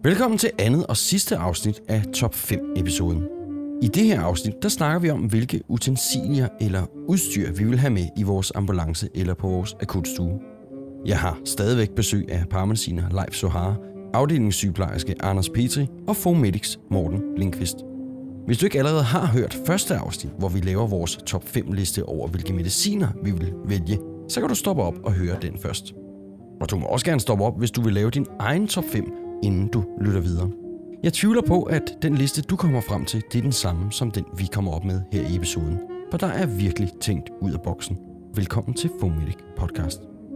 Velkommen til andet og sidste afsnit af Top 5-episoden. I det her afsnit, der snakker vi om, hvilke utensilier eller udstyr, vi vil have med i vores ambulance eller på vores akutstue. Jeg har stadigvæk besøg af paramediciner Leif Sohara, afdelingssygeplejerske Anders Petri og Fomedics Morten Lindqvist. Hvis du ikke allerede har hørt første afsnit, hvor vi laver vores top 5 liste over, hvilke mediciner vi vil vælge, så kan du stoppe op og høre den først. Og du må også gerne stoppe op, hvis du vil lave din egen top 5, inden du lytter videre. Jeg tvivler på, at den liste, du kommer frem til, det er den samme som den, vi kommer op med her i episoden. For der er virkelig tænkt ud af boksen. Velkommen til Fomedic Podcast.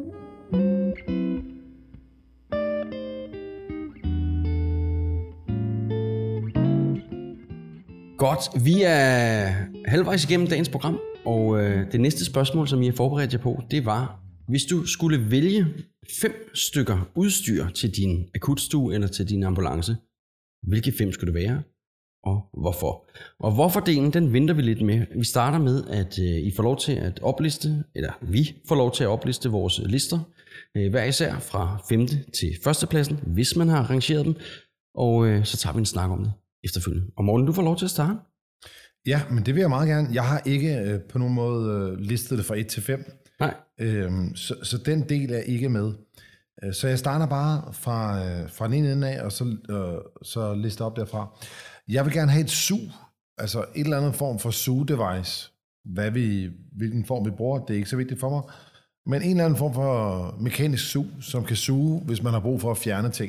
Godt, vi er halvvejs igennem dagens program, og det næste spørgsmål, som I har forberedt jer på, det var, hvis du skulle vælge 5 stykker udstyr til din akutstue eller til din ambulance, hvilke 5 skulle det være, og hvorfor? Og hvorfordelen, den venter vi lidt med. Vi starter med, at I får lov til at opliste, eller vi får lov til at opliste vores lister, hver især fra 5. til 1. pladsen, hvis man har rangeret dem, og så tager vi en snak om det efterfølgende. Og Morten, du får lov til at starte. Ja, men det vil jeg meget gerne. Jeg har ikke på nogen måde listet det fra 1 til 5. Nej. Så den del er ikke med. Så jeg starter bare fra den ene ende af, og så lister op derfra. Jeg vil gerne have et sug, altså et eller andet form for suge-device. Hvilken form vi bruger, det er ikke så vigtigt for mig. Men en eller anden form for mekanisk sug, som kan suge, hvis man har brug for at fjerne ting.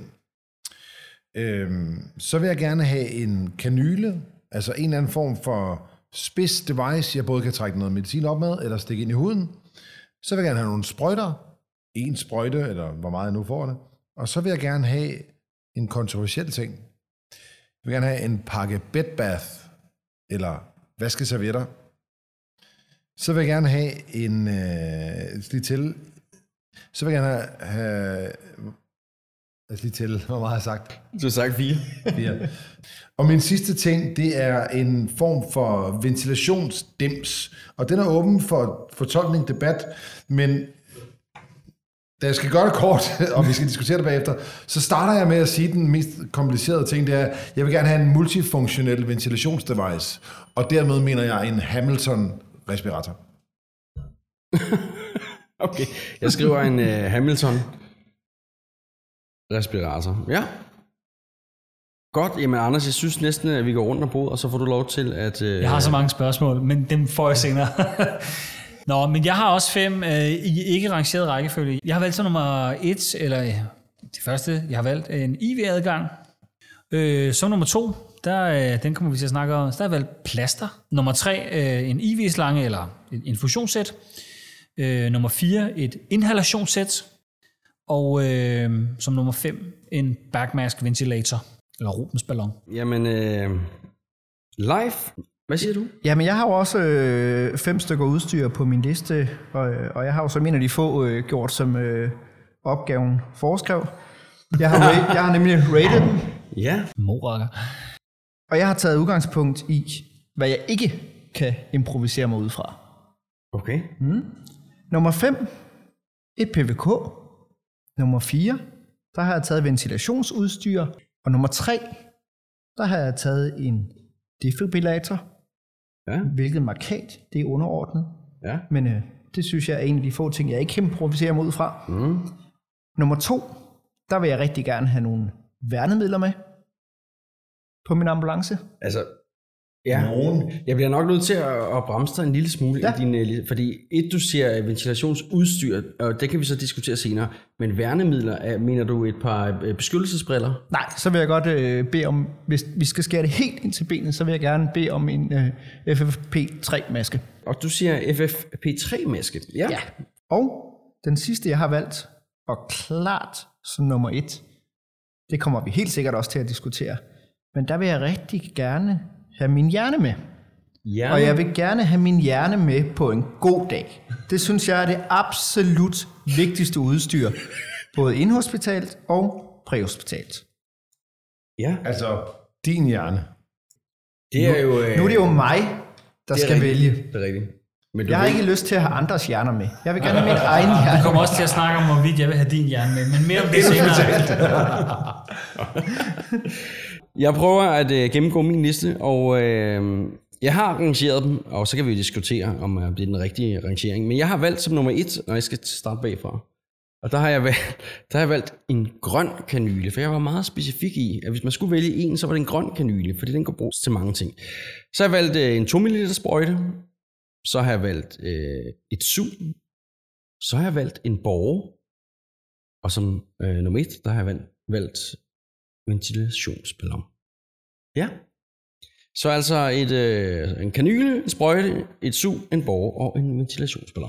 Så vil jeg gerne have en kanyle, altså en eller anden form for spids device, jeg både kan trække noget medicin op med, eller stikke ind i huden. Så vil jeg gerne have nogle sprøjter, en sprøjte, eller hvor meget jeg nu får det. Og så vil jeg gerne have en kontroversiel ting. Jeg vil gerne have en pakke bedbath, eller vaskeservietter. Så vil jeg gerne have Så vil jeg gerne have hvor meget har jeg sagt? Du har sagt 4. 4. Og min sidste ting, det er en form for ventilationsdims. Og den er åben for fortolkning, debat, men da jeg skal gøre det kort, og vi skal diskutere det bagefter, så starter jeg med at sige, den mest komplicerede ting, det er, jeg vil gerne have en multifunktionel ventilationsdevice, og dermed mener jeg en Hamilton-respirator. Okay, jeg skriver en Hamilton-respirator. Ja. Godt, jamen Anders, jeg synes næsten, at vi går rundt om bordet, og så får du lov til at... Jeg har så mange spørgsmål, men dem får jeg senere. Nå, men jeg har også 5 i ikke rangeret rækkefølge. Jeg har valgt så nummer 1, eller det første, jeg har valgt en IV-adgang. Så nummer 2, den kommer vi til at snakke om, der har jeg valgt plaster. Nummer 3, en IV-slange eller en infusionssæt. Nummer 4, et inhalationssæt. Og som nummer 5, en backmask ventilator, eller Rubensballon. Jamen, Leif, hvad siger du? Jamen, jeg har jo også 5 stykker udstyr på min liste, og jeg har jo som en af de få gjort, som opgaven foreskrev. Jeg har nemlig rated dem. Ja. Morakker. Og jeg har taget udgangspunkt i, hvad jeg ikke kan improvisere mig ud fra. Okay. Nummer 5, et PVK. Nummer 4, der har jeg taget ventilationsudstyr. Og nummer 3, der har jeg taget en defibrillator. Ja. Hvilket markat, det er underordnet. Ja. Men det synes jeg er en af de få ting, jeg ikke kan improvisere mig ud fra. Nummer 2, der vil jeg rigtig gerne have nogle værnemidler med på min ambulance. Altså, ja, jeg bliver nok nødt til at bremse dig en lille smule, ja. Fordi du siger ventilationsudstyr, og det kan vi så diskutere senere, men værnemidler, mener du et par beskyttelsesbriller? Nej, så vil jeg godt bede om, hvis vi skal skære det helt ind til benet, så vil jeg gerne bede om en FFP3-maske. Og du siger FFP3-maske? Ja. Ja. Og den sidste, jeg har valgt, og klart som nummer 1, det kommer vi helt sikkert også til at diskutere, men der vil jeg rigtig gerne have min hjerne med. Ja. Og jeg vil gerne have min hjerne med på en god dag. Det synes jeg er det absolut vigtigste udstyr, både inhospitalt og præhospitalt. Ja. Altså, din hjerne. Det er jo... Nu er det jo mig, der skal vælge. Det er rigtigt. Men Jeg har ikke lyst til at have andres hjerner med. Jeg vil gerne have min egen hjerne. Vi kommer også til at snakke om, hvorvidt jeg vil have din hjerne med, men mere om det senere. Jeg prøver at gennemgå min liste, og jeg har rangeret dem, og så kan vi jo diskutere, om det er den rigtige rangering. Men jeg har valgt som nummer 1, når jeg skal starte bagfra. Og der har jeg valgt en grøn kanyle, for jeg var meget specifik i, at hvis man skulle vælge en, så var det en grøn kanyle, fordi den kunne bruges til mange ting. Så har jeg valgt en 2 ml sprøjte, så har jeg valgt et sug, så har jeg valgt en borge, og som nummer 1, der har jeg valgt ventilationsballon. Ja. Så altså en kanyle, en sprøjte, et sug, en borge og en ventilationsballon.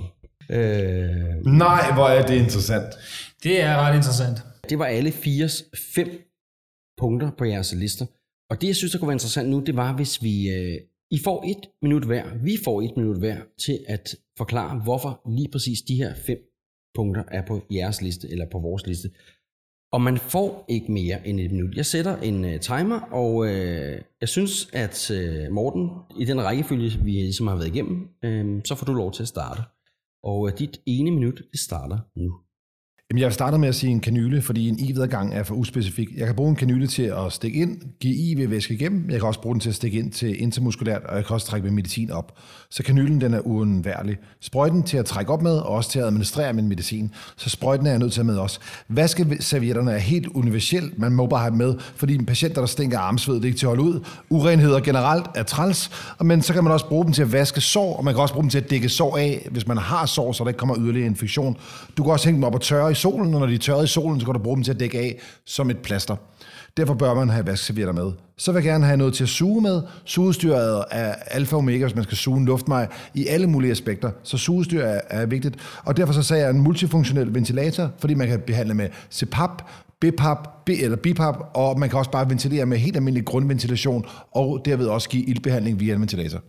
Nej, hvor er det interessant. Det er ret interessant. Det var alle 5 punkter på jeres lister. Og det, jeg synes, der kunne være interessant nu, det var, hvis I får 1 minut hver. Vi får 1 minut hver til at forklare, hvorfor lige præcis de her 5 punkter er på jeres liste, eller på vores liste. Og man får ikke mere end 1 minut. Jeg sætter en timer, og jeg synes, at Morten, i den rækkefølge, vi ligesom har været igennem, så får du lov til at starte. Og dit ene minut, det starter nu. Jamen, jeg starter med at sige en kanyle, fordi en IV-adgang er for uspecifik. Jeg kan bruge en kanyle til at stikke ind, give IV-væske igennem. Jeg kan også bruge den til at stikke ind til intermuskulært, og jeg kan også trække med medicin op. Så kanylen, den er uundværlig. Sprøjten til at trække op med, og også til at administrere min medicin. Så sprøjten er jeg nødt til at have med også. Vaskeservietterne er helt universelt. Man må bare have med, fordi patienter, der stinker armsved, det er ikke til at holde ud. Urenheder generelt er træls, men så kan man også bruge dem til at vaske sår, og man kan også bruge dem til at dække sår af, hvis man har sår, så der ikke kommer yderligere infektion. Du kan også hænge dem op og tørre i solen, og når de er tørret i solen, så kan du bruge dem til at dække af som et plaster. Derfor bør man have vaskeservietter med. Så vil jeg gerne have noget til at suge med. Sugestyret er alfa og omega, hvis man skal suge en luftmej i alle mulige aspekter. Så sugestyr er vigtigt. Og derfor så sagde jeg en multifunktionel ventilator, fordi man kan behandle med CPAP, BPAP eller BIPAP, og man kan også bare ventilere med helt almindelig grundventilation, og derved også give iltbehandling via en ventilator.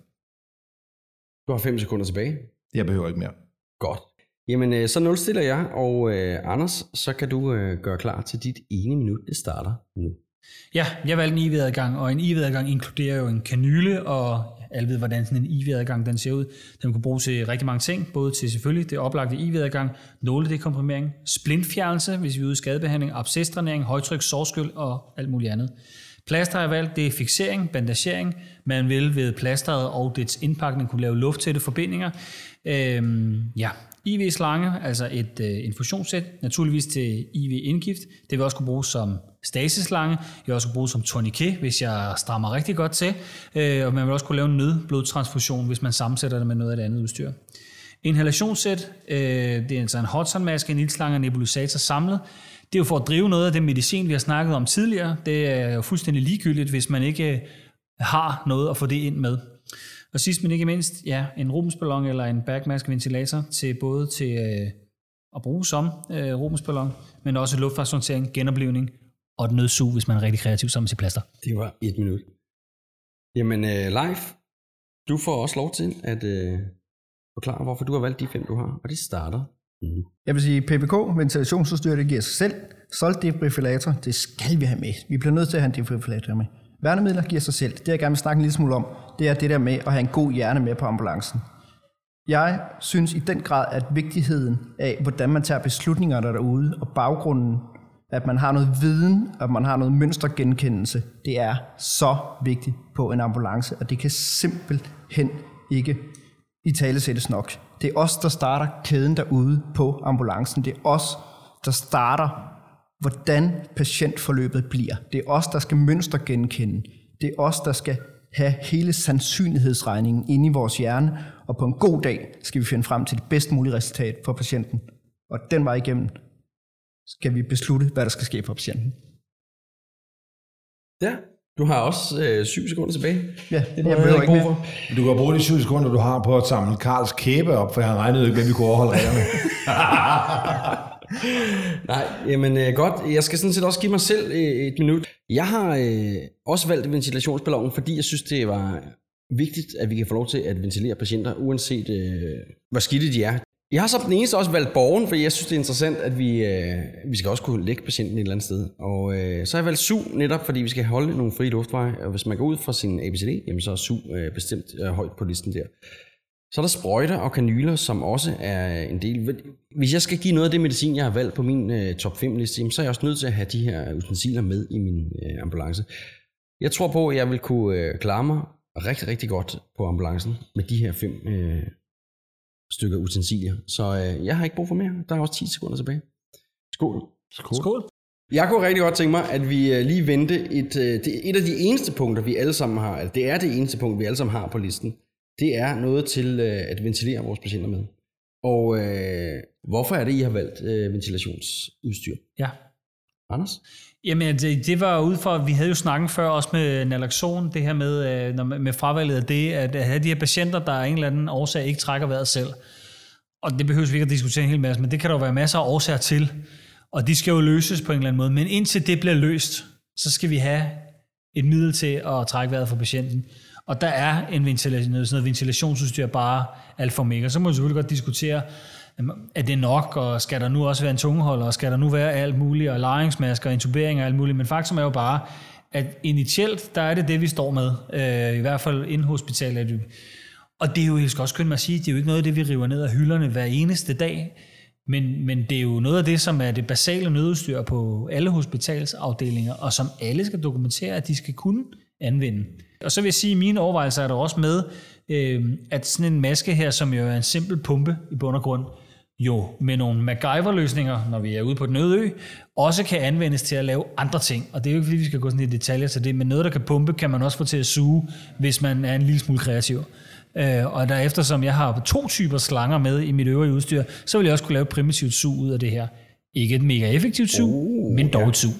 Du har 5 sekunder tilbage. Jeg behøver ikke mere. Godt. Jamen, så nulstiller jeg, og Anders, så kan du gøre klar til dit ene minut. Det starter nu. Ja, jeg valgte en IV-adgang, og en IV-adgang inkluderer jo en kanyle, og alle ved, hvordan sådan en IV-adgang den ser ud. Den kan bruges til rigtig mange ting, både til selvfølgelig det oplagte IV-adgang, nåledekomprimering, splintfjernelse, hvis vi er ude i skadebehandling, abscesdrænering, højtryk, sårskyld og alt muligt andet. Plaster har jeg valgt, det er fiksering, bandagering. Man vil ved plasteret og dets indpakning kunne lave lufttætte forbindinger. IV-slange, altså et infusionssæt, naturligvis til IV-indgift. Det vil også kunne bruges som stasislange. Det vil også kunne bruges som tourniquet, hvis jeg strammer rigtig godt til. Og man vil også kunne lave en nødblodtransfusion, hvis man sammensætter det med noget af det andet udstyr. Inhalationssæt, det er altså en Hodgson-maske, en iltslange og nebulisator samlet. Det er jo for at drive noget af den medicin, vi har snakket om tidligere. Det er jo fuldstændig ligegyldigt, hvis man ikke har noget at få det ind med. Og sidst men ikke mindst, ja, en Rubensballon eller en bagmaskeventilator til både til at bruge som Rubensballon, men også luftfragmentering, genoplivning og et nødsug, hvis man er rigtig kreativ sammen med sit plaster. Det var 1 minut. Jamen, Leif, du får også lov til at forklare, hvorfor du har valgt de 5, du har, og det starter nu. Jeg vil sige, PPK, ventilationsudstyr, det giver sig selv. Salt defibrillator, det skal vi have med. Vi bliver nødt til at have en defibrillator med. Værnemidler giver sig selv. Det jeg gerne vil snakke en lille smule om, det er det der med at have en god hjerne med på ambulancen. Jeg synes i den grad, at vigtigheden af, hvordan man tager beslutninger derude, og baggrunden, at man har noget viden, at man har noget mønstergenkendelse, det er så vigtigt på en ambulance, og det kan simpelthen ikke italesættes nok. Det er os, der starter kæden derude på ambulancen. Det er os, der starter, hvordan patientforløbet bliver. Det er os, der skal mønstergenkende. Det er os, der skal have hele sandsynlighedsregningen inde i vores hjerne, og på en god dag skal vi finde frem til det bedst mulige resultat for patienten. Og den vej igennem skal vi beslutte, hvad der skal ske for patienten. Ja, du har også 7 sekunder tilbage. Ja, det jeg behøver ikke mere. Du kan bruge de 7 sekunder, du har på at samle Karls kæbe op, for jeg har regnet ikke, hvad vi kunne overholde reglerne. Nej, jamen godt. Jeg skal sådan set også give mig selv et minut. Jeg har også valgt ventilationsballonen, fordi jeg synes, det var vigtigt, at vi kan få lov til at ventilere patienter, uanset hvor skidte de er. Jeg har så den eneste også valgt borgen, fordi jeg synes, det er interessant, at vi skal også kunne lægge patienten et eller andet sted. Og så har jeg valgt SUG netop, fordi vi skal holde nogle frie luftveje. Og hvis man går ud fra sin ABCD, jamen så er SUG bestemt højt på listen der. Så er der sprøjter og kanyler, som også er en del. Hvis jeg skal give noget af det medicin, jeg har valgt på min top 5-liste, så er jeg også nødt til at have de her utensiler med i min ambulance. Jeg tror på, at jeg vil kunne klare mig rigtig, rigtig godt på ambulancen med de her 5 stykker utensilier. Så jeg har ikke brug for mere. Der er også 10 sekunder tilbage. Skål. Skål. Jeg kunne rigtig godt tænke mig, at vi lige vendte et af de eneste punkter, vi alle sammen har, altså det er det eneste punkt, vi alle sammen har på listen. Det er noget til at ventilere vores patienter med. Og hvorfor er det, I har valgt ventilationsudstyr? Ja. Anders? Jamen, det var ud for, at vi havde jo snakket før også med naloxon, det her med fravalget af det, at have de her patienter, der af en eller anden årsag ikke trækker vejret selv. Og det behøver vi ikke at diskutere en hel masse, men det kan der jo være masser af årsager til. Og de skal jo løses på en eller anden måde. Men indtil det bliver løst, så skal vi have et middel til at trække vejret for patienten. Og der er noget ventilationsudstyr bare alt for mega. Så må vi selvfølgelig godt diskutere, er det nok, og skal der nu også være en tungeholder, og skal der nu være alt muligt, og lejringsmasker, og intubering og alt muligt. Men faktum er jo bare, at initielt, der er det, vi står med. I hvert fald inden hospitalet. Og det er jo, jeg skal også skynde mig at sige, det er jo ikke noget af det, vi river ned af hylderne hver eneste dag. Men det er jo noget af det, som er det basale nødudstyr på alle hospitalsafdelinger, og som alle skal dokumentere, at de skal kunne anvende. Og så vil jeg sige, at mine overvejelser er der også med, at sådan en maske her, som jo er en simpel pumpe i bund og grund, jo med nogle MacGyver-løsninger, når vi er ude på den øde ø, også kan anvendes til at lave andre ting. Og det er jo ikke, fordi vi skal gå sådan i detaljer til det, men noget, der kan pumpe, kan man også få til at suge, hvis man er en lille smule kreativ. Og derefter, som jeg har 2 typer slanger med i mit øvrige udstyr, så vil jeg også kunne lave et primitivt sug ud af det her. Ikke et mega effektivt sug, men dog et sug.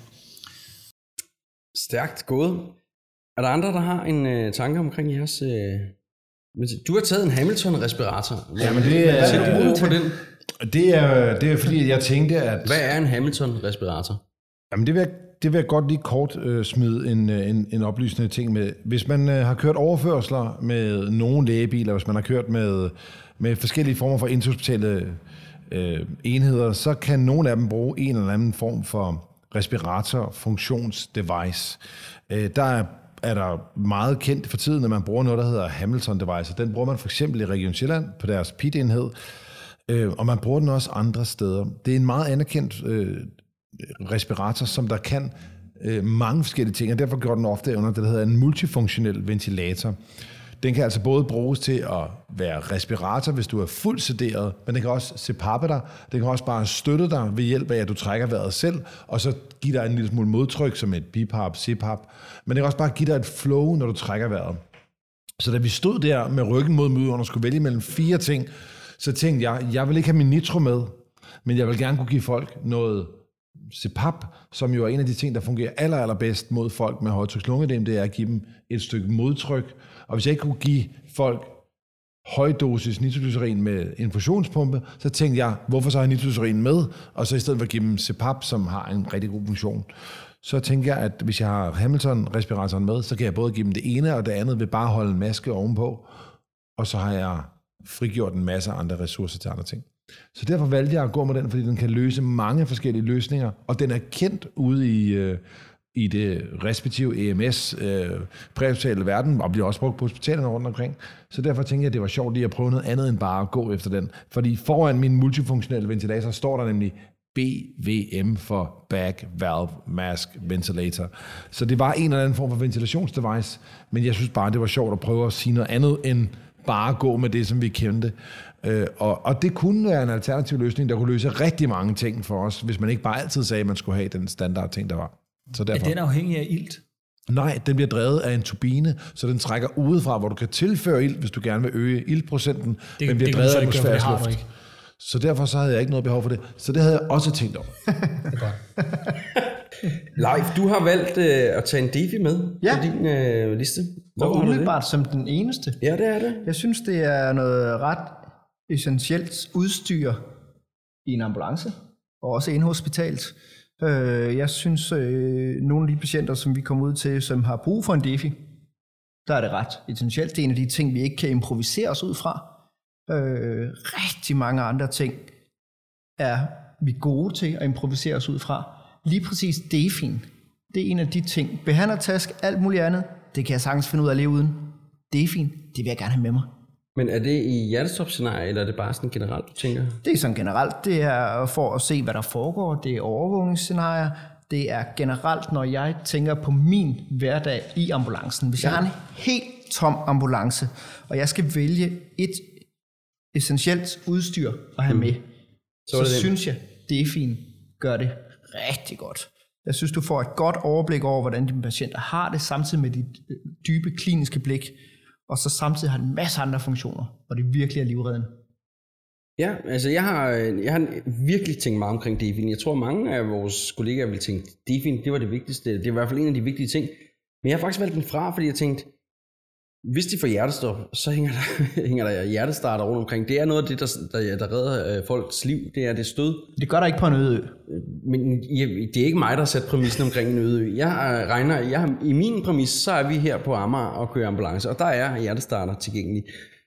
Stærkt gået. Er der andre, der har en tanke omkring jeres... Du har taget en Hamilton-respirator. Jamen det er... Sæt du på den. Det er fordi, jeg tænkte, at... Hvad er en Hamilton-respirator? Jamen det vil jeg godt lige kort smide en oplysende ting med. Hvis man har kørt overførsler med nogle lægebiler, hvis man har kørt med forskellige former for interhospitale enheder, så kan nogle af dem bruge en eller anden form for respirator-funktionsdevice. Der er der meget kendt for tiden, at man bruger noget, der hedder Hamilton-device. Den bruger man for eksempel i Region Sjælland på deres PIT-enhed, og man bruger den også andre steder. Det er en meget anerkendt respirator, som der kan mange forskellige ting, og derfor gør den ofte under det, der hedder en multifunktionel ventilator. Den kan altså både bruges til at være respirator, hvis du er fuldt sederet, men den kan også CPAP'e dig. Den kan også bare støtte dig ved hjælp af, at du trækker vejret selv, og så give dig en lille smule modtryk, som et BiPAP, CPAP. Men den kan også bare give dig et flow, når du trækker vejret. Så da vi stod der med ryggen mod møderen og skulle vælge mellem 4 ting, så tænkte jeg vil ikke have min nitro med, men jeg vil gerne kunne give folk noget CPAP, som jo er en af de ting, der fungerer allerbedst mod folk med højtrykslungeødem, det er at give dem et stykke modtryk. Og hvis jeg ikke kunne give folk højdosis nitroglycerin med infusionspumpe, så tænkte jeg, hvorfor så have nitroglycerin med, og så i stedet for at give dem CPAP, som har en rigtig god funktion. Så tænker jeg, at hvis jeg har Hamilton-respiratoren med, så kan jeg både give dem det ene og det andet ved bare at holde en maske ovenpå, og så har jeg frigjort en masse andre ressourcer til andre ting. Så derfor valgte jeg at gå med den, fordi den kan løse mange forskellige løsninger, og den er kendt ude i det respektive EMS præhospitale verden, og bliver også brugt på hospitalerne rundt omkring. Så derfor tænkte jeg, at det var sjovt lige at prøve noget andet end bare at gå efter den. Fordi foran min multifunktionelle ventilator står der nemlig BVM for Bag Valve Mask Ventilator. Så det var en eller anden form for ventilationsdevice, men jeg synes bare, det var sjovt at prøve at sige noget andet end bare gå med det, som vi kendte. Og det kunne være en alternativ løsning, der kunne løse rigtig mange ting for os, hvis man ikke bare altid sagde, at man skulle have den standard ting, der var. Så derfor. Er den afhængig af ilt? Nej, den bliver drevet af en turbine, så den trækker udefra, hvor du kan tilføre ilt, hvis du gerne vil øge iltprocenten. Den bliver drevet af atmosfærisk luft. Så derfor så havde jeg ikke noget behov for det. Så det havde jeg også tænkt over. Det er godt. Leif, du har valgt at tage en Defi med på din liste. Og umiddelbart som den eneste. Ja, det er det. Jeg synes, det er noget ret essentielt udstyr i en ambulance, og også inhospitalt. Jeg synes, nogle af de patienter, som vi kommer ud til, som har brug for en Defi, der er det ret essentielt. Det er en af de ting, vi ikke kan improvisere os ud fra. Rigtig mange andre ting er vi gode til at improvisere os ud fra. Lige præcis Defin, det er en af de ting. Behandlertask, alt muligt andet, det kan jeg sagtens finde ud af at leve uden. Defin, det vil jeg gerne have med mig. Men er det i hjertestop-scenarie, eller er det bare sådan generelt, du tænker? Det er sådan generelt. Det er for at se, hvad der foregår. Det er overvågningsscenarier. Det er generelt, når jeg tænker på min hverdag i ambulancen. Hvis jeg har en helt tom ambulance, og jeg skal vælge et essentielt udstyr at have med, så synes jeg, det er fint. Gør det rigtig godt. Jeg synes, du får et godt overblik over, hvordan dine patienter har det, samtidig med dit dybe kliniske blik, og så samtidig har en masse andre funktioner, og det virkelig er livreddende. Ja, altså jeg har virkelig tænkt meget omkring DEFI'en. Jeg tror, mange af vores kollegaer vil tænke, DEFI'en, det var det vigtigste. Det er i hvert fald en af de vigtige ting. Men jeg har faktisk valgt den fra, fordi jeg tænkte, hvis de får hjertestop, så hænger der hjertestarter rundt omkring. Det er noget af det, der redder folks liv. Det er det stød. Det gør der ikke på en øde ø. Men det er ikke mig, der har sat præmissen omkring en øde ø. I min præmis, så er vi her på Amager og kører ambulance, og der er hjertestarter tilgængelig.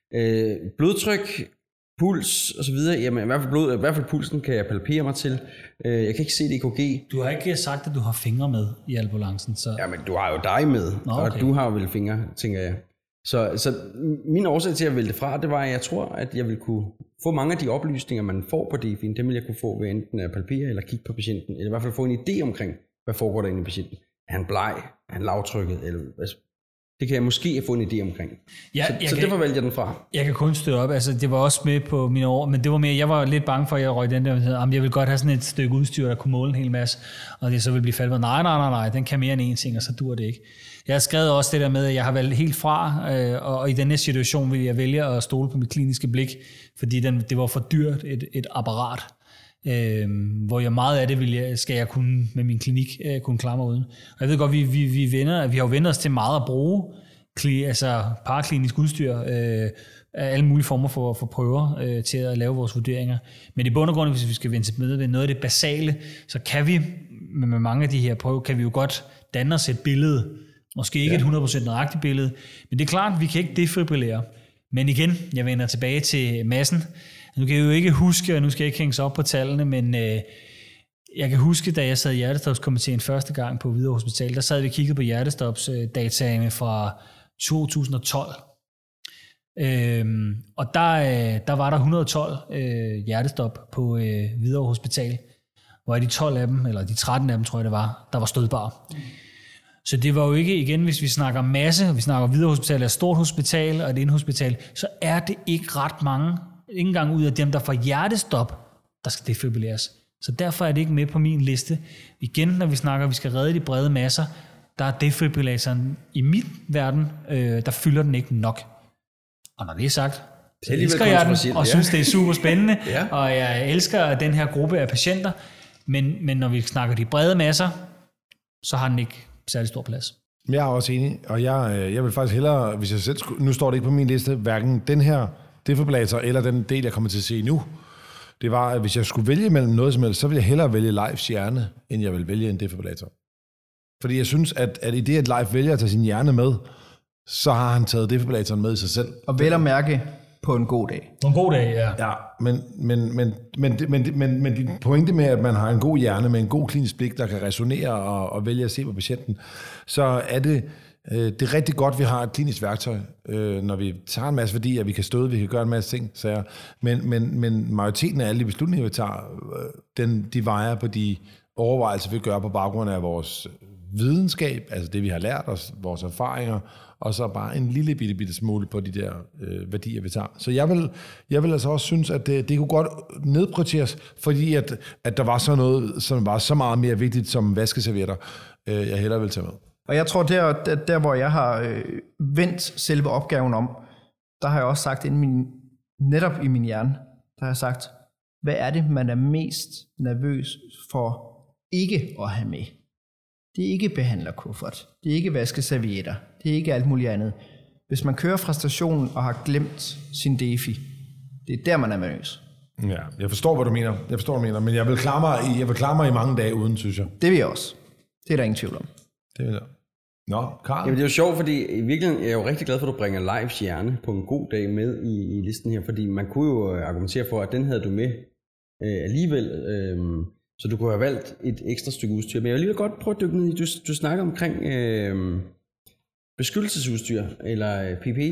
Blodtryk, puls og så videre. Jamen, i hvert fald pulsen kan jeg palpere mig til. Jeg kan ikke se det EKG. Du har ikke sagt, at du har fingre med i ambulancen, så... Jamen, du har jo dig med, og du har vel fingre, tænker jeg. Så min årsag til at vælge det fra, det var, at jeg tror, at jeg vil kunne få mange af de oplysninger, man får på DEFI'en, dem vil jeg kunne få ved enten at palpere eller kigge på patienten, eller i hvert fald få en idé omkring, hvad foregår der inde i patienten. Er han bleg? Er han lavtrykket? Eller, altså, det kan jeg måske få en idé omkring. Ja, så derfor valgte jeg den fra. Jeg kan kun støtte op. Altså, det var også med på mine år, men det var mere, jeg var lidt bange for, at jeg røg den der, jeg vil godt have sådan et stykke udstyr, der kunne måle en hel masse, og det så vil blive faldet. Nej, den kan mere end en ting, og så dur det ikke. Jeg har skrevet også det der med, at jeg har valgt helt fra, og i denne situation vil jeg vælge at stole på mit kliniske blik, fordi det var for dyrt et apparat, hvor jeg meget af det skal jeg kunne med min klinik kunne klare mig uden. Og jeg ved godt, vi har jo vendt os til meget at bruge paraklinisk udstyr, alle mulige former for prøver til at lave vores vurderinger. Men i bund og grund, hvis vi skal vende tilbage ved noget af det basale, så kan vi med mange af de her prøver, kan vi jo godt danne os et billede. Måske ikke et 100% nøjagtigt billede, men det er klart, at vi kan ikke defibrillere. Men igen, jeg vender tilbage til massen. Nu kan jeg jo ikke huske, og nu skal jeg ikke hænge sig op på tallene, men jeg kan huske, da jeg sad i hjertestopskomiteen første gang på Hvidovre Hospital, der sad vi og kiggede på hjertestopsdataene fra 2012. Og der var der 112 hjertestop på Hvidovre Hospital, hvor de 12 af dem, eller de 13 af dem, tror jeg det var, der var stødbare. Så det var jo ikke, igen, hvis vi snakker masse, vi snakker Hvidovre Hospital, et stort hospital og et inhospital, så er det ikke ret mange, ikke engang ud af dem, der får hjertestop, der skal defibrilleres. Så derfor er det ikke med på min liste. Igen, når vi snakker, at vi skal redde de brede masser, der er defibrillatoren i min verden, der fylder den ikke nok. Og når det er sagt, så elsker jeg den, og synes, det er super spændende, og jeg elsker den her gruppe af patienter, men når vi snakker de brede masser, så har den ikke særlig stor plads. Jeg er også enig, og jeg vil faktisk hellere, hvis jeg selv skulle, nu står det ikke på min liste, hverken den her defibrillator eller den del, jeg kommer til at se nu. Det var, at hvis jeg skulle vælge mellem noget som helst, så ville jeg hellere vælge Leifs hjerne, end jeg vil vælge en defibrillator. Fordi jeg synes, at i det, at Leif vælger at tage sin hjerne med, så har han taget defibrillatoren med i sig selv. Og vel at mærke på en god dag. På en god dag, ja. Ja, men din pointe med, at man har en god hjerne med en god klinisk blik, der kan resonere og vælge at se på patienten, så er det er rigtig godt, at vi har et klinisk værktøj, når vi tager en masse værdier, vi kan støde, vi kan gøre en masse ting. Men majoriteten af alle de beslutninger, vi tager, de vejer på de overvejelser, vi gør på baggrund af vores videnskab, altså det, vi har lært os, vores erfaringer, og så bare en lille bitte smule på de der værdier, vi tager. Så jeg vil altså også synes, at det kunne godt nedprioriteres, fordi at der var så noget, som var så meget mere vigtigt som vaskeservietter, jeg hellere vil tage med. Og jeg tror, der hvor jeg har vendt selve opgaven om, der har jeg også sagt, netop i min hjerne, der har jeg sagt, hvad er det, man er mest nervøs for ikke at have med? Det er ikke behandlerkuffert, det er ikke vaskeservietter, det er ikke alt muligt andet. Hvis man kører fra stationen og har glemt sin DEFI, det er der, man er nervøs. Ja, jeg forstår, hvad du mener. Men jeg vil klare mig i mange dage uden, synes jeg. Det vil jeg også. Det er der ingen tvivl om. Det vil jeg. Nå, Karl? Jamen, det er jo sjovt, fordi i virkeligheden er jeg jo rigtig glad for, at du bringer Leifs hjerne på en god dag med i listen her, fordi man kunne jo argumentere for, at den havde du med alligevel, så du kunne have valgt et ekstra stykke udstyr. Men jeg vil alligevel godt prøve at dykke ned i, du snakker omkring beskyttelsesudstyr, eller PPE.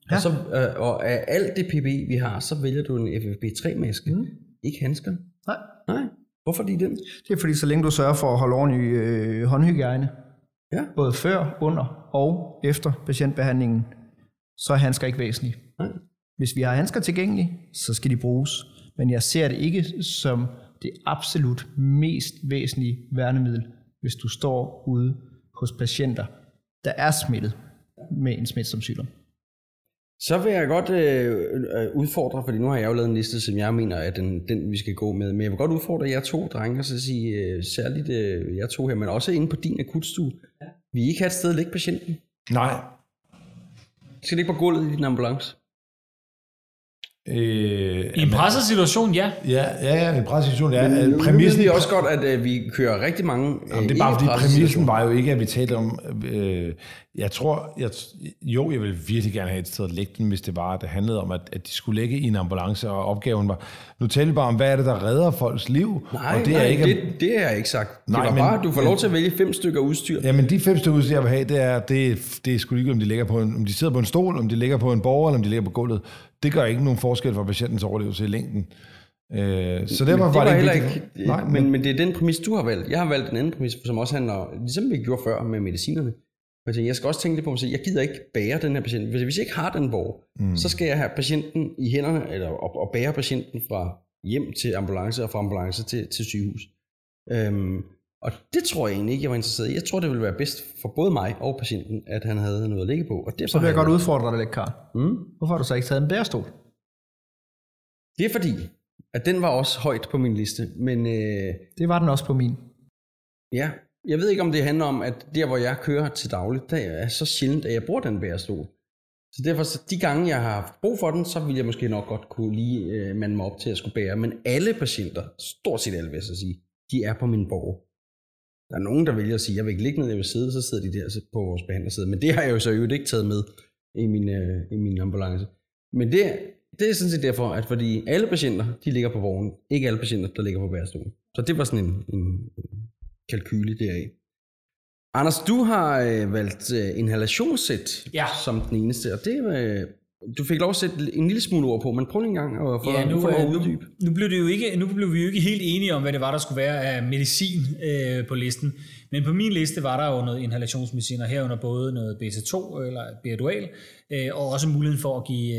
Ja. Og af alt det PPE, vi har, så vælger du en FFP3-maske. Ikke handsker. Nej. Hvorfor lige den? Det er fordi, så længe du sørger for at holde ordentlig håndhygiejne, både før, under og efter patientbehandlingen, så er handsker ikke væsentlige. Nej. Hvis vi har handsker tilgængelige, så skal de bruges. Men jeg ser det ikke som det absolut mest væsentlige værnemiddel, hvis du står ude hos patienter, der er smittet med en smitsom sygdom. Så vil jeg godt udfordre, fordi nu har jeg jo lavet en liste, som jeg mener er den vi skal gå med. Men jeg vil godt udfordre jer to drenge, og så sige særligt jer to her, men også inde på din akutstue. Vi ikke have et sted at lægge patienten? Nej. Skal det ikke på gulvet i din ambulance? I en presset situation, ja. Ja, en presset situation, ja. Men præmissen er også godt, at vi kører rigtig mange... Jamen, det er bare fordi præmissen var jo ikke, at vi talte om... jeg ville virkelig gerne have et sted at lægge den, hvis det var, at det handlede om, at de skulle ligge i en ambulance, og opgaven var... Nu talte vi bare om, hvad er det, der redder folks liv? Nej, og det er ikke... det har jeg ikke sagt. Det var bare, du får lov til at vælge 5 stykker udstyr. Ja, men de 5 stykker udstyr, jeg vil have, det er sgu ikke, om de ligger på om de sidder på en stol, om de ligger på en borger, eller om de ligger på gulvet. Det gør ikke nogen forskel for patientens overlevelse i længden. Så derfor var det heller ikke. Nej, men det er den præmis, du har valgt. Jeg har valgt en anden præmis, som også handler, ligesom vi gjorde før med medicinerne. Jeg skal også tænke det på mig, jeg gider ikke bære den her patient. Hvis jeg ikke har den borg, så skal jeg have patienten i hænderne, eller og bære patienten fra hjem til ambulance, og fra ambulance til sygehus. Og det tror jeg egentlig ikke, jeg var interesseret i. Jeg tror, det ville være bedst for både mig og patienten, at han havde noget at ligge på. Og så vil jeg godt udfordre dig lidt, Karl. Hvorfor har du så ikke taget en bærestol? Det er fordi, at den var også højt på min liste. Men, det var den også på min. Ja, jeg ved ikke, om det handler om, at der, hvor jeg kører til dagligt, der er så sjældent, at jeg bruger den bærestol. Så derfor, de gange, jeg har haft brug for den, så vil jeg måske nok godt kunne lige mande mig op til at skulle bære. Men alle patienter, stort set alle vil jeg så sige, de er på min borg. Der er nogen, der vælger at sige, jeg vil ikke ligge ned, jeg vil sidde, så sidder de der på vores behandlerside. Men det har jeg jo så ikke taget med i min ambulance. Men det er sådan set derfor, at fordi alle patienter, de ligger på vognen, ikke alle patienter, der ligger på bærestolen. Så det var sådan en kalkyle deraf. Anders, du har valgt inhalationssæt som den eneste, og det du fik lov at sætte en lille smule ord på, men prøv en gang at få at uddybe. Nu blev vi jo ikke helt enige om, hvad det var, der skulle være af medicin på listen. Men på min liste var der jo noget inhalationsmedicin, og herunder både noget beta-2 eller Beadual, og også muligheden for at give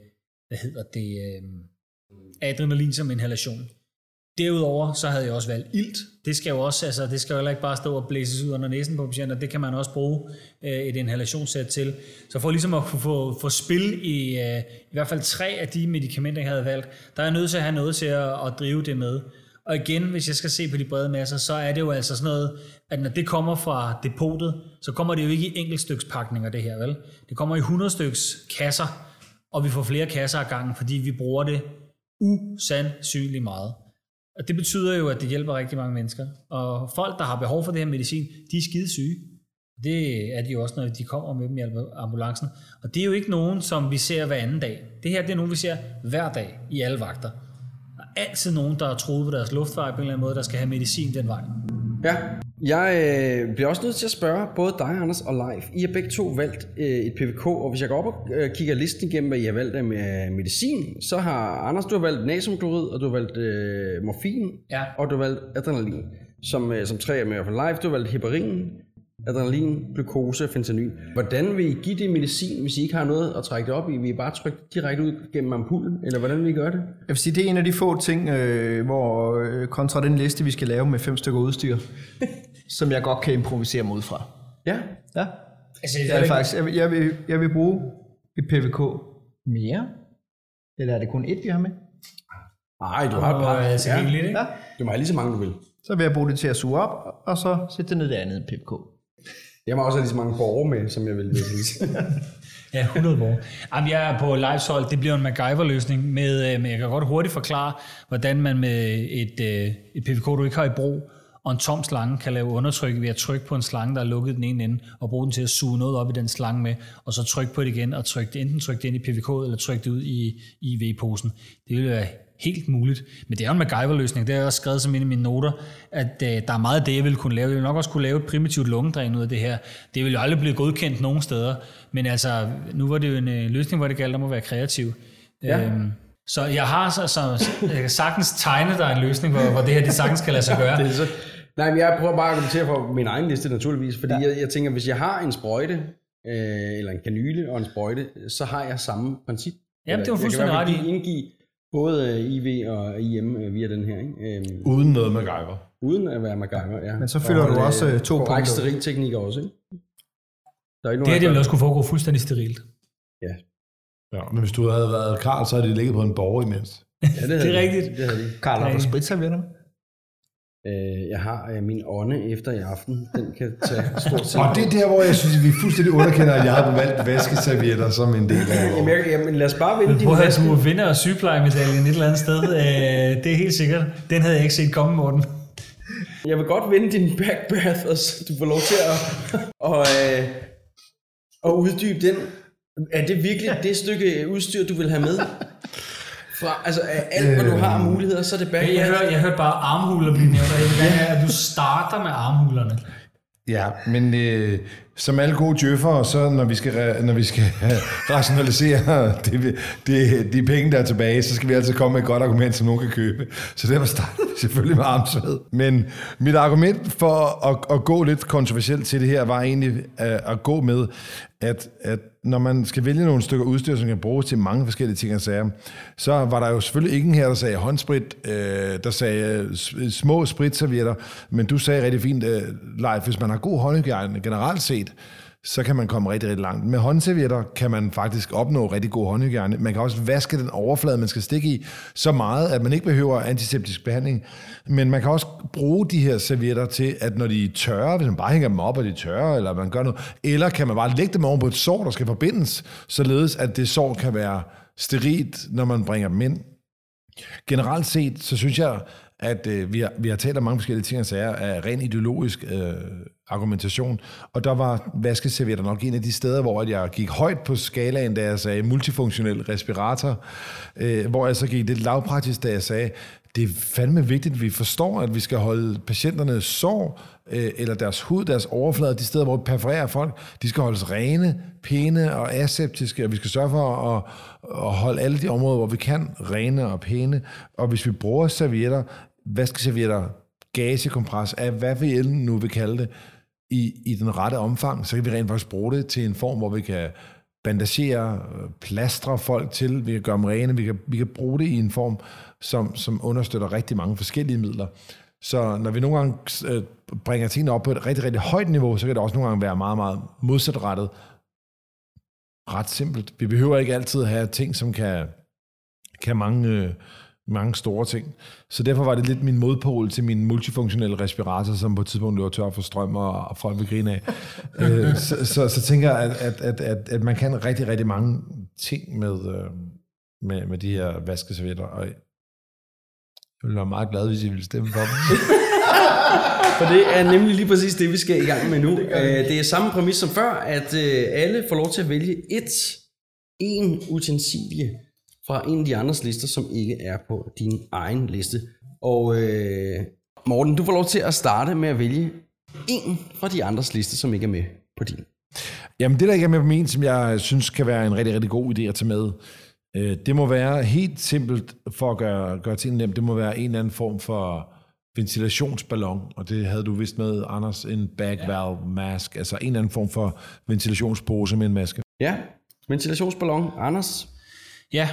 adrenalin som inhalation. Derudover så havde jeg også valgt ilt. Det skal jo også, det skal jo heller ikke bare stå og blæses ud under næsen på patienter. Det kan man også bruge et inhalationssæt til. Så for ligesom at få spil i hvert fald 3 af de medicamenter, jeg havde valgt, der er jeg nødt til at have noget til at drive det med. Og igen, hvis jeg skal se på de brede masser, så er det jo altså sådan noget, at når det kommer fra depotet, så kommer det jo ikke i enkeltstykspakninger det her, vel? Det kommer i 100 styks kasser, og vi får flere kasser ad gangen, fordi vi bruger det usandsynligt meget. Og det betyder jo, at det hjælper rigtig mange mennesker. Og folk, der har behov for det her medicin, de er skide syge. Det er de jo også, når de kommer med dem i ambulancen. Og det er jo ikke nogen, som vi ser hver anden dag. Det her det er nogen, vi ser hver dag i alle vagter. Der er altid nogen, der er troet på deres luftvej på en eller anden måde, der skal have medicin den vej. Ja, jeg bliver også nødt til at spørge både dig, Anders, og Leif. I har begge to valgt et PVK, og hvis jeg går op og kigger listen igennem, hvad I har valgt med medicin, så har Anders, du har valgt natriumklorid, og du har valgt morfin, og du har valgt adrenalin, som 3 af med. Leif, du har valgt heparin, adrenalin, glukose og fentanyl. Hvordan vil I give det medicin, hvis I ikke har noget at trække det op i? Vil I bare trykke direkte ud gennem ampullen, eller hvordan vil I gøre det? Jeg vil sige, det er en af de få ting, hvor kontra den liste, vi skal lave med 5 stykker udstyr, som jeg godt kan improvisere mig ud fra. Ja. Altså, jeg vil bruge et PVK mere. Eller er det kun 1, vi har med? Nej, du har et par. Du må have lige så mange, du vil. Så vil jeg bruge det til at suge op, og så sætte det ned det andet PVK. Jeg må også have lige så mange borgere med, som jeg vil sige. Ja, 100 borgere. Jamen, jeg er på Leifs hold. Det bliver en MacGyver-løsning. Men jeg kan godt hurtigt forklare, hvordan man med et PVK, du ikke har i brug, og en tom slange kan lave undertryk ved at trykke på en slange, der er lukket den ene ende, og bruge den til at suge noget op i den slange med, og så trykke på det igen, og enten trykke det ind i PVK, eller trykke det ud i IV-posen. Det vil være helt muligt. Men det er jo en MacGyver-løsning. Det har jeg også skrevet som en af mine noter, at der er meget af det, jeg ville kunne lave. Jeg ville nok også kunne lave et primitivt lungedræn ud af det her. Det ville jo aldrig blive godkendt nogen steder. Men altså, nu var det jo en løsning, hvor det galt om at være kreativ. Ja. Så jeg har jeg kan sagtens tegne dig en løsning, hvor det her det sagtens kan lade sig gøre. Det er så... Nej, men jeg prøver bare at argumentere for min egen liste naturligvis, fordi jeg tænker, hvis jeg har en sprøjte, eller en kanyle og en sprøjte, så har jeg samme princip. Jamen, det var fuldstændig ret i. Jeg kan indgive både IV og IM via den her. Ikke? Uden noget MacGyver. Uden at være MacGyver, ja. Men så følger du også 2 punkter. Korrekt sterilteknikker også, ikke? Der er ikke nogen, det vil også kunne foregå fuldstændig sterilt. Ja. Ja, men hvis du havde været Karl, så havde de ligget på en borger imens. Ja, det er rigtigt. Det havde de. Karl, har du spritservietter med? Jeg har min ånde efter i aften. Den kan tage stort set. Og det er der, hvor jeg synes, vi fuldstændig underkender, at jeg har valgt vaskeservietter som en del af. Jamen lad os bare vinde din vaske. Du vinder sygeplejemedaljen et eller andet sted. Det er helt sikkert. Den havde jeg ikke set komme, Morten. Jeg vil godt vinde din backbath, og du får lov til at uddybe den. Er det virkelig det stykke udstyr, du vil have med? Fra, altså alt, hvad du har muligheder, så er det backbath. Jeg hørte bare armhuler blive nævnt, og jeg vil gerne have, at du starter med armhulerne. Ja, men som alle gode djøffere, så når vi skal rationalisere de penge, der er tilbage, så skal vi altid komme med et godt argument, som nogen kan købe. Så derfor starter vi selvfølgelig med armsved. Men mit argument for at gå lidt kontroversielt til det her, var egentlig at gå med, at når man skal vælge nogle stykker udstyr, som kan bruges til mange forskellige ting og sager, så var der jo selvfølgelig ingen her, der sagde håndsprit, der sagde små spritservietter, men du sagde rigtig fint, Leif, hvis man har god håndhygiejne generelt set, så kan man komme rigtig, rigtig langt. Med håndservietter kan man faktisk opnå rigtig god håndhygiejne. Man kan også vaske den overflade, man skal stikke i, så meget, at man ikke behøver antiseptisk behandling. Men man kan også bruge de her servietter til, at når de er tørre, hvis man bare hænger dem op, og de er tørre, eller man gør noget, eller kan man bare lægge dem oven på et sår, der skal forbindes, således at det sår kan være sterilt, når man bringer dem ind. Generelt set, så synes jeg, at vi har talt om mange forskellige ting og sager af ren ideologisk argumentation, og der var vaskeservietter nok en af de steder, hvor jeg gik højt på skalaen, da jeg sagde multifunktionel respirator, hvor jeg så gik lidt lavpraktisk, da jeg sagde, det er fandme vigtigt, at vi forstår, at vi skal holde patienternes sår, eller deres hud, deres overflader, de steder, hvor vi perforerer folk, de skal holdes rene, pæne og aseptiske, og vi skal sørge for at holde alle de områder, hvor vi kan, rene og pæne. Og hvis vi bruger servietter, vaskeservietter, gazekompres, af hvad vi nu vil kalde det, i den rette omfang, så kan vi rent faktisk bruge det til en form, hvor vi kan bandagere, plastre folk til, vi kan gøre dem rene, vi kan bruge det i en form, som understøtter rigtig mange forskellige midler. Så når vi nogle gange bringer tingene op på et rigtig, rigtig højt niveau, så kan det også nogle gange være meget, meget modsatrettet. Ret simpelt. Vi behøver ikke altid have ting, som kan mange store ting. Så derfor var det lidt min modpol til min multifunktionelle respirator, som på et tidspunkt løber tør for strøm, og folk vil grine af. Så tænker jeg, at man kan rigtig, rigtig mange ting med de her vaskeservietter, og jeg ville være meget glad, hvis I ville stemme for dem. For det er nemlig lige præcis det, vi skal i gang med nu. Det er samme præmis som før, at alle får lov til at vælge en utensilie fra en af de andres lister, som ikke er på din egen liste. Og Morten, du får lov til at starte med at vælge en fra de andres liste, som ikke er med på din. Jamen det, der ikke er med på min, som jeg synes kan være en rigtig, rigtig god idé at tage med, det må være helt simpelt for at gøre tingene nemt. Det må være en eller anden form for ventilationsballon, og det havde du vist med, Anders, en bag valve mask, altså en eller anden form for ventilationspose med en maske. Ja, ventilationsballon. Anders? Ja,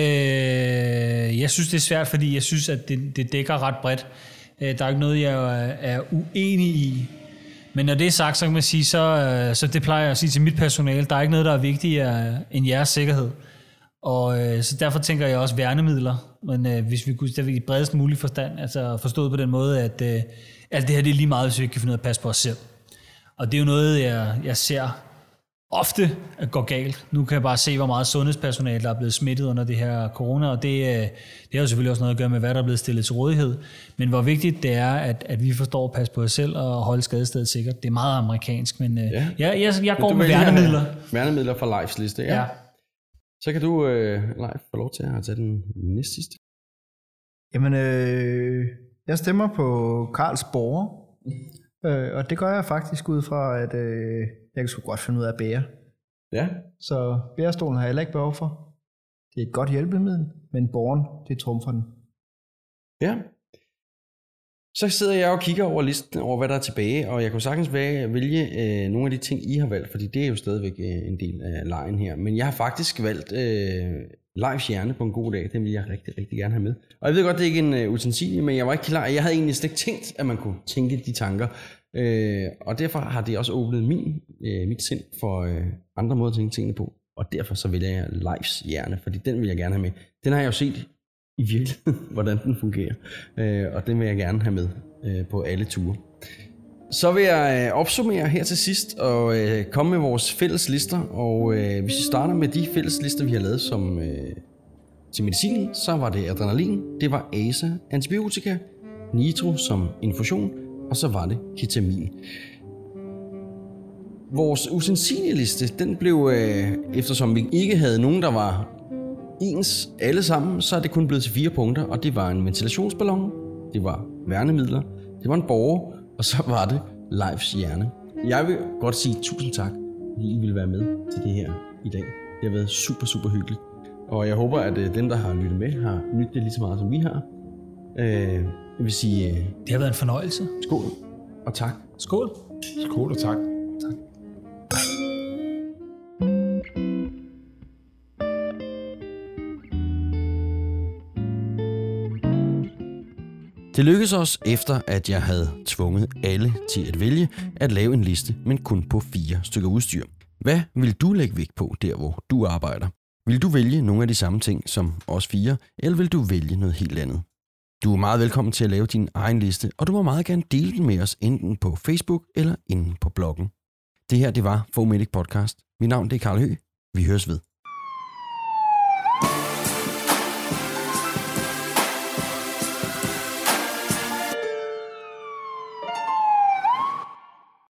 jeg synes, det er svært, fordi jeg synes, at det dækker ret bredt. Der er ikke noget, jeg er uenig i. Men når det er sagt, så kan man sige, så det plejer jeg at sige til mit personale, der er ikke noget, der er vigtigere end jeres sikkerhed. Og så derfor tænker jeg også værnemidler, men hvis vi kunne det i bredest mulig forstand, altså forstået på den måde, at alt det her det er lige meget, hvis vi ikke kan finde ud af at passe på os selv. Og det er jo noget, jeg ser ofte går galt. Nu kan jeg bare se, hvor meget sundhedspersonale, der er blevet smittet under det her corona, og det har jo selvfølgelig også noget at gøre med, hvad der er blevet stillet til rådighed. Men hvor vigtigt det er, at vi forstår at passe på os selv og holde skadestedet sikkert. Det er meget amerikansk, men jeg går med værnemidler. Værnemidler fra Leifs liste, ja. Så kan du, Leif, få lov til at tage den næste sidste. Jamen, jeg stemmer på Karls Borger, og det gør jeg faktisk ud fra, at jeg kan sgu godt finde ud af at bære. Ja. Så bærestolen har jeg heller ikke behov for. Det er et godt hjælpemiddel, men borgeren, det trumfer den. Ja. Så sidder jeg og kigger over listen over, hvad der er tilbage, og jeg kunne sagtens vælge nogle af de ting, I har valgt, fordi det er jo stadigvæk en del af lejen her. Men jeg har faktisk valgt Leifs hjerne på en god dag. Den vil jeg rigtig, rigtig gerne have med. Og jeg ved godt, det er ikke en utensilie, men jeg var ikke klar. Jeg havde egentlig slet ikke tænkt, at man kunne tænke de tanker. Og derfor har det også åbnet mit sind for andre måder at tænke tingene på. Og derfor så vælger jeg Leifs hjerne, fordi den vil jeg gerne have med. Den har jeg jo set i virkeligheden, hvordan den fungerer. Og den vil jeg gerne have med på alle ture. Så vil jeg opsummere her til sidst og komme med vores fælles lister. Og hvis vi starter med de fælles lister, vi har lavet som til medicin, så var det adrenalin, det var ASA, antibiotika, nitro som infusion, og så var det ketamin. Vores utensilierliste, den blev, eftersom vi ikke havde nogen, der var ens alle sammen, så er det kun blevet til 4 punkter, og det var en ventilationsballon, det var værnemidler, det var en borger, og så var det Leifs hjerne. Jeg vil godt sige tusind tak, fordi I ville være med til det her i dag. Det har været super, super hyggeligt. Og jeg håber, at dem, der har lyttet med, har nydt det lige så meget, som vi har. Jeg vil sige... det har været en fornøjelse. Skål og tak. Skål. Skål og tak. Tak. Det lykkedes os, efter at jeg havde tvunget alle til at vælge at lave en liste, men kun på 4 stykker udstyr. Hvad vil du lægge vægt på der, hvor du arbejder? Vil du vælge nogle af de samme ting som os 4, eller vil du vælge noget helt andet? Du er meget velkommen til at lave din egen liste, og du må meget gerne dele den med os enten på Facebook eller inde på bloggen. Det her, det var Fomedic Podcast. Mit navn det er Karl Høgh. Vi høres ved.